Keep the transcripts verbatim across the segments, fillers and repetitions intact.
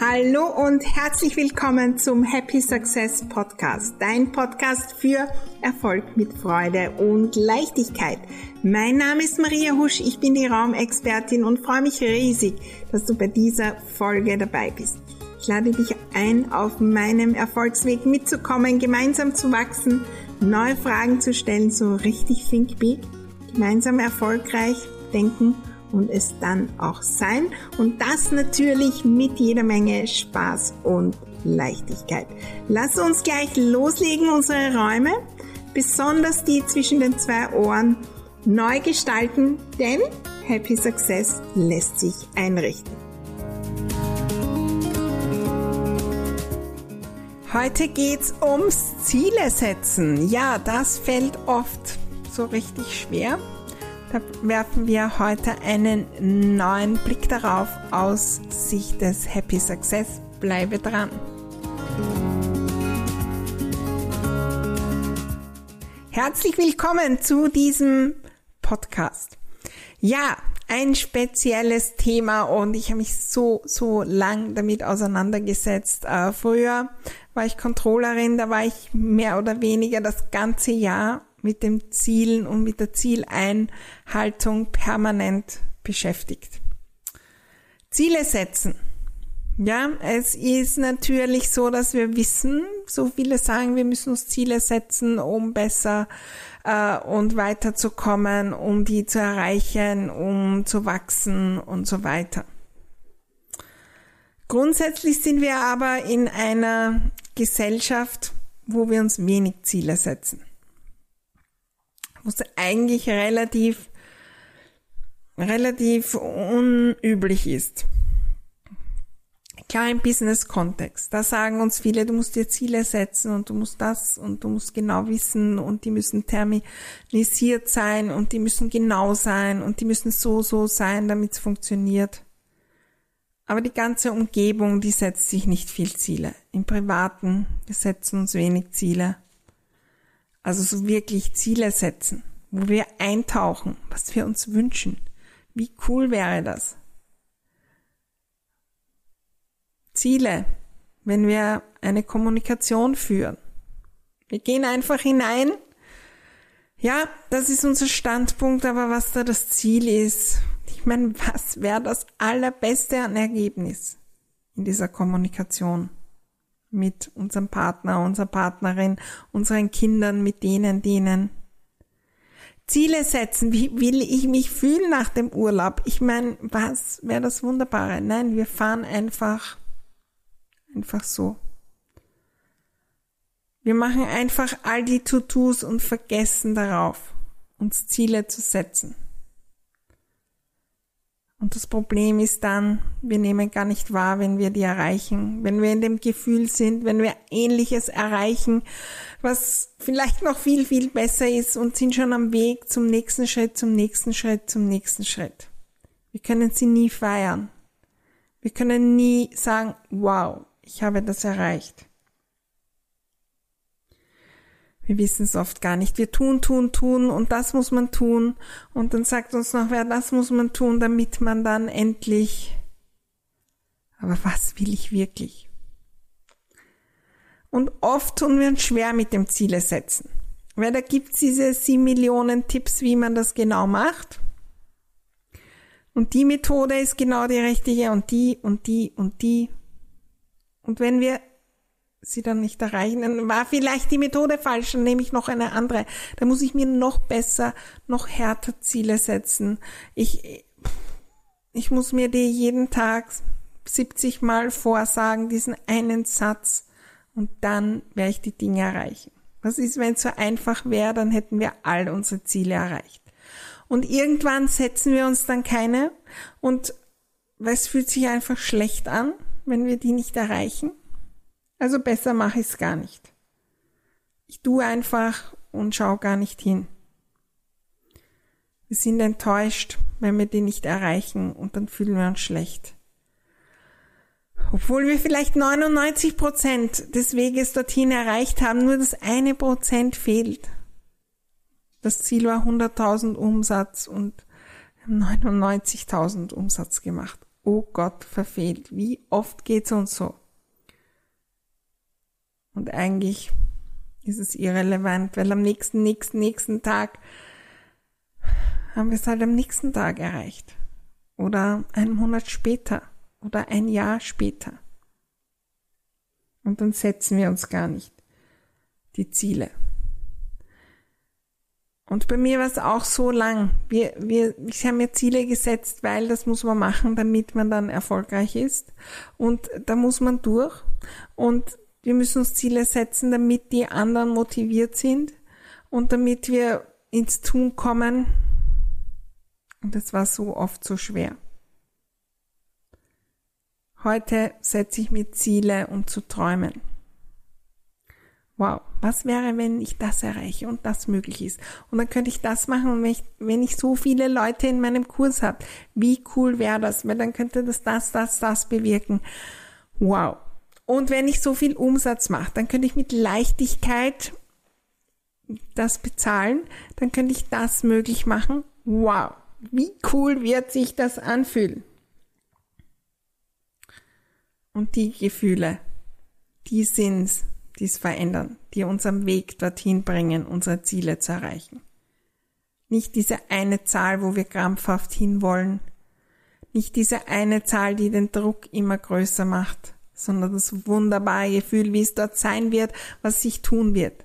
Hallo und herzlich willkommen zum Happy Success Podcast, dein Podcast für Erfolg mit Freude und Leichtigkeit. Mein Name ist Maria Husch, ich bin die Raumexpertin und freue mich riesig, dass du bei dieser Folge dabei bist. Ich lade dich ein, auf meinem Erfolgsweg mitzukommen, gemeinsam zu wachsen, neue Fragen zu stellen, so richtig think big, gemeinsam erfolgreich denken und es dann auch sein. Und das natürlich mit jeder Menge Spaß und Leichtigkeit. Lass uns gleich loslegen, unsere Räume, besonders die zwischen den zwei Ohren, neu gestalten, denn Happy Success lässt sich einrichten. Heute geht's ums Ziele setzen. Ja, das fällt oft so richtig schwer. Da werfen wir heute einen neuen Blick darauf aus Sicht des Happy Success. Bleibe dran. Herzlich willkommen zu diesem Podcast. Ja, ein spezielles Thema und ich habe mich so, so lang damit auseinandergesetzt. Äh, früher war ich Controllerin, da war ich mehr oder weniger das ganze Jahr mit den Zielen und mit der Zieleinhaltung permanent beschäftigt. Ziele setzen. Ja, es ist natürlich so, dass wir wissen, so viele sagen, wir müssen uns Ziele setzen, um besser äh, und weiterzukommen, um die zu erreichen, um zu wachsen und so weiter. Grundsätzlich sind wir aber in einer Gesellschaft, wo wir uns wenig Ziele setzen. Was eigentlich relativ, relativ unüblich ist. Klar im Business-Kontext. Da sagen uns viele, du musst dir Ziele setzen und du musst das und du musst genau wissen und die müssen terminisiert sein und die müssen genau sein und die müssen so, so sein, damit es funktioniert. Aber die ganze Umgebung, die setzt sich nicht viel Ziele. Im Privaten, wir setzen uns wenig Ziele. Also so wirklich Ziele setzen, wo wir eintauchen, was wir uns wünschen. Wie cool wäre das? Ziele, wenn wir eine Kommunikation führen. Wir gehen einfach hinein. Ja, das ist unser Standpunkt, aber was da das Ziel ist, ich meine, was wäre das allerbeste an Ergebnis in dieser Kommunikation? Mit unserem Partner, unserer Partnerin, unseren Kindern, mit denen, denen. Ziele setzen, wie will ich mich fühlen nach dem Urlaub? Ich meine, was wäre das Wunderbare? Nein, wir fahren einfach, einfach so. Wir machen einfach all die To-Dos und vergessen darauf, uns Ziele zu setzen. Und das Problem ist dann, wir nehmen gar nicht wahr, wenn wir die erreichen, wenn wir in dem Gefühl sind, wenn wir Ähnliches erreichen, was vielleicht noch viel, viel besser ist und sind schon am Weg zum nächsten Schritt, zum nächsten Schritt, zum nächsten Schritt. Wir können sie nie feiern. Wir können nie sagen, wow, ich habe das erreicht. Wir wissen es oft gar nicht. Wir tun, tun, tun und das muss man tun. Und dann sagt uns noch wer, das muss man tun, damit man dann endlich... Aber was will ich wirklich? Und oft tun wir uns schwer mit dem Ziele setzen. Weil da gibt es diese sieben Millionen Tipps, wie man das genau macht. Und die Methode ist genau die richtige und die und die und die. Und wenn wir sie dann nicht erreichen, dann war vielleicht die Methode falsch, dann nehme ich noch eine andere. Da muss ich mir noch besser, noch härter Ziele setzen. Ich, ich muss mir die jeden Tag siebzig Mal vorsagen, diesen einen Satz, und dann werde ich die Dinge erreichen. Was ist, wenn es so einfach wäre, dann hätten wir all unsere Ziele erreicht. Und irgendwann setzen wir uns dann keine, und es fühlt sich einfach schlecht an, wenn wir die nicht erreichen. Also besser mache ich es gar nicht. Ich tue einfach und schaue gar nicht hin. Wir sind enttäuscht, wenn wir die nicht erreichen, und dann fühlen wir uns schlecht. Obwohl wir vielleicht neunundneunzig Prozent des Weges dorthin erreicht haben, nur das eine Prozent fehlt. Das Ziel war hunderttausend Umsatz und wir haben neunundneunzigtausend Umsatz gemacht. oh Gott, verfehlt. Wie oft geht's uns so? Und eigentlich ist es irrelevant, weil am nächsten, nächsten, nächsten Tag haben wir es halt am nächsten Tag erreicht. Oder einen Monat später. Oder ein Jahr später. Und dann setzen wir uns gar nicht die Ziele. Und bei mir war es auch so lang. Wir, wir, ich habe mir Ziele gesetzt, weil das muss man machen, damit man dann erfolgreich ist. Und da muss man durch. Und wir müssen uns Ziele setzen, damit die anderen motiviert sind und damit wir ins Tun kommen. Und das war so oft so schwer. Heute setze ich mir Ziele, um zu träumen. Wow, was wäre, wenn ich das erreiche und das möglich ist? Und dann könnte ich das machen und wenn ich, wenn ich so viele Leute in meinem Kurs habe, wie cool wäre das? Weil dann könnte das, das, das, das bewirken. Wow. Und wenn ich so viel Umsatz mache, dann könnte ich mit Leichtigkeit das bezahlen, dann könnte ich das möglich machen. Wow, wie cool wird sich das anfühlen? Und die Gefühle, die sind's, die es verändern, die uns am Weg dorthin bringen, unsere Ziele zu erreichen. Nicht diese eine Zahl, wo wir krampfhaft hinwollen, nicht diese eine Zahl, die den Druck immer größer macht, sondern das wunderbare Gefühl, wie es dort sein wird, was sich tun wird.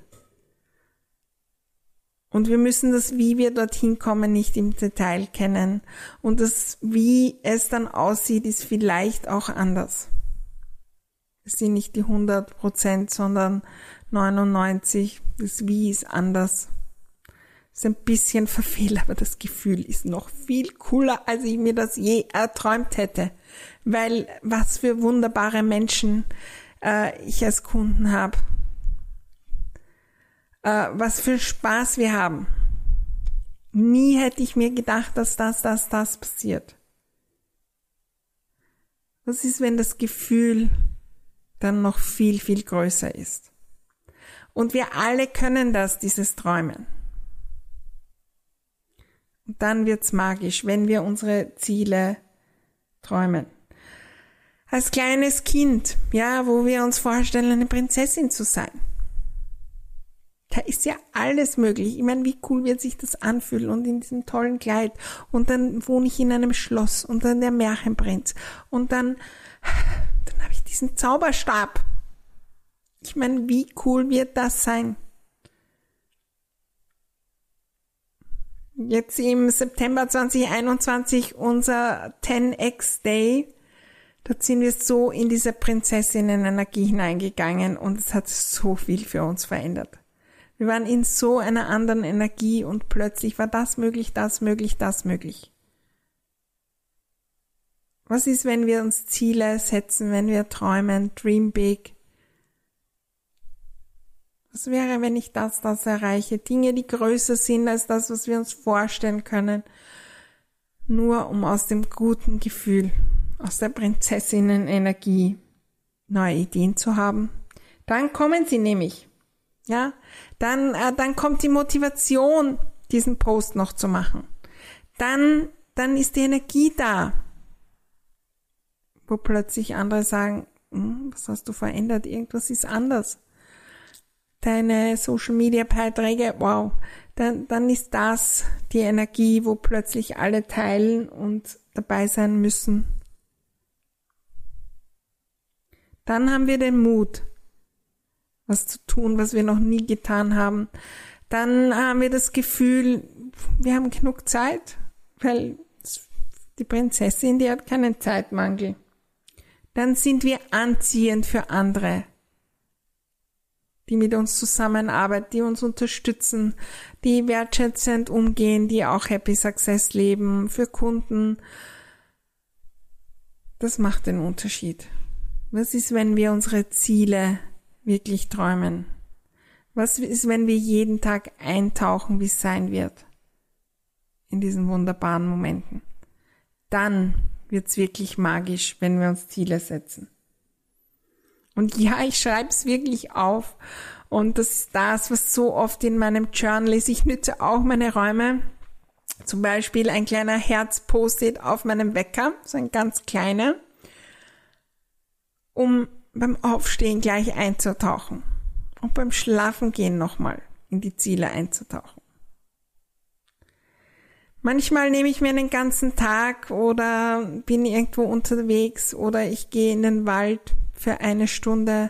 Und wir müssen das, wie wir dorthin kommen, nicht im Detail kennen. Und das, wie es dann aussieht, ist vielleicht auch anders. Es sind nicht die hundert Prozent, sondern neunundneunzig. Das Wie ist anders. Ist ein bisschen verfehlt, aber das Gefühl ist noch viel cooler, als ich mir das je erträumt hätte. Weil was für wunderbare Menschen äh, ich als Kunden habe. Äh, was für Spaß wir haben. Nie hätte ich mir gedacht, dass das, das, das passiert. Was ist, wenn das Gefühl dann noch viel, viel größer ist? Und wir alle können das, dieses Träumen. Und dann wird's magisch, wenn wir unsere Ziele träumen. Als kleines Kind, ja, wo wir uns vorstellen, eine Prinzessin zu sein. Da ist ja alles möglich. Ich meine, wie cool wird sich das anfühlen und in diesem tollen Kleid. Und dann wohne ich in einem Schloss und dann der Märchenprinz. Und dann, dann habe ich diesen Zauberstab. Ich meine, wie cool wird das sein? Jetzt im September zwanzig einundzwanzig unser ten X Day. Da sind wir so in diese Prinzessinnen-Energie hineingegangen und es hat so viel für uns verändert. Wir waren in so einer anderen Energie und plötzlich war das möglich, das möglich, das möglich. Was ist, wenn wir uns Ziele setzen, wenn wir träumen, dream big? Was wäre, wenn ich das, das erreiche? Dinge, die größer sind als das, was wir uns vorstellen können. Nur um aus dem guten Gefühl, aus der Prinzessinnen-Energie neue Ideen zu haben. Dann kommen sie nämlich. Ja, dann, äh, dann kommt die Motivation, diesen Post noch zu machen. Dann, dann ist die Energie da. Wo plötzlich andere sagen, hm, was hast du verändert? Irgendwas ist anders. Deine Social-Media-Beiträge, wow, dann, dann ist das die Energie, wo plötzlich alle teilen und dabei sein müssen. Dann haben wir den Mut, was zu tun, was wir noch nie getan haben. Dann haben wir das Gefühl, wir haben genug Zeit, weil die Prinzessin, die hat keinen Zeitmangel. Dann sind wir anziehend für andere, die mit uns zusammenarbeiten, die uns unterstützen, die wertschätzend umgehen, die auch Happy Success leben, für Kunden. Das macht den Unterschied. Was ist, wenn wir unsere Ziele wirklich träumen? Was ist, wenn wir jeden Tag eintauchen, wie es sein wird? In diesen wunderbaren Momenten. Dann wird's wirklich magisch, wenn wir uns Ziele setzen. Und ja, ich schreibe es wirklich auf. Und das ist das, was so oft in meinem Journal ist. Ich nütze auch meine Räume. Zum Beispiel ein kleiner Herz-Post-it auf meinem Wecker, so ein ganz kleiner, um beim Aufstehen gleich einzutauchen und beim Schlafengehen nochmal in die Ziele einzutauchen. Manchmal nehme ich mir einen ganzen Tag oder bin irgendwo unterwegs oder ich gehe in den Wald für eine Stunde.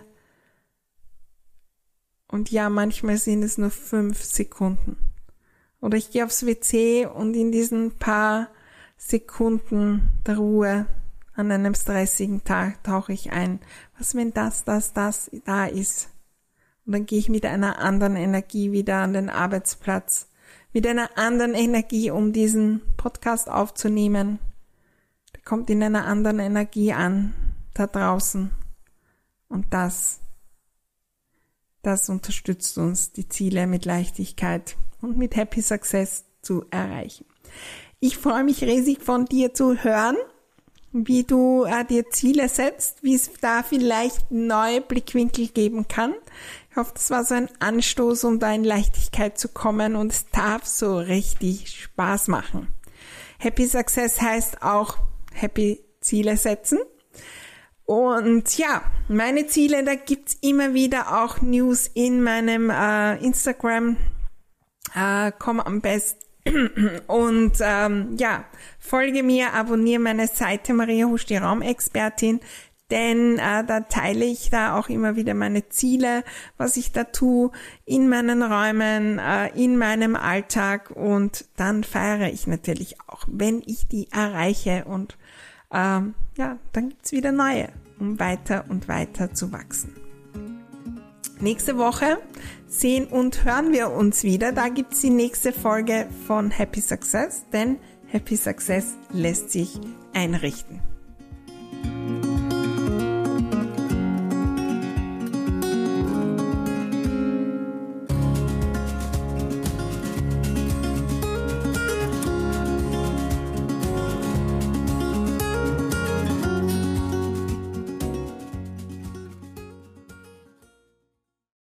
Und ja, manchmal sind es nur fünf Sekunden. Oder ich gehe aufs W C und in diesen paar Sekunden der Ruhe an einem stressigen Tag tauche ich ein. Was, wenn das, das, das da ist? Und dann gehe ich mit einer anderen Energie wieder an den Arbeitsplatz. Mit einer anderen Energie, um diesen Podcast aufzunehmen. Der kommt in einer anderen Energie an, da draußen. Und das, das unterstützt uns, die Ziele mit Leichtigkeit und mit Happy Success zu erreichen. Ich freue mich riesig von dir zu hören, wie du äh, dir Ziele setzt, wie es da vielleicht neue Blickwinkel geben kann. Ich hoffe, das war so ein Anstoß, um da in Leichtigkeit zu kommen und es darf so richtig Spaß machen. Happy Success heißt auch Happy Ziele setzen. Und ja, meine Ziele, da gibt's immer wieder auch News in meinem äh, Instagram. Äh, komm am besten und ähm, ja, folge mir, abonniere meine Seite Maria Husch, die Raumexpertin, denn äh, da teile ich da auch immer wieder meine Ziele, was ich da tue in meinen Räumen, äh, in meinem Alltag und dann feiere ich natürlich auch, wenn ich die erreiche und ähm, ja, dann gibt's wieder neue, um weiter und weiter zu wachsen. Nächste Woche sehen und hören wir uns wieder. Da gibt's die nächste Folge von Happy Success, denn Happy Success lässt sich einrichten.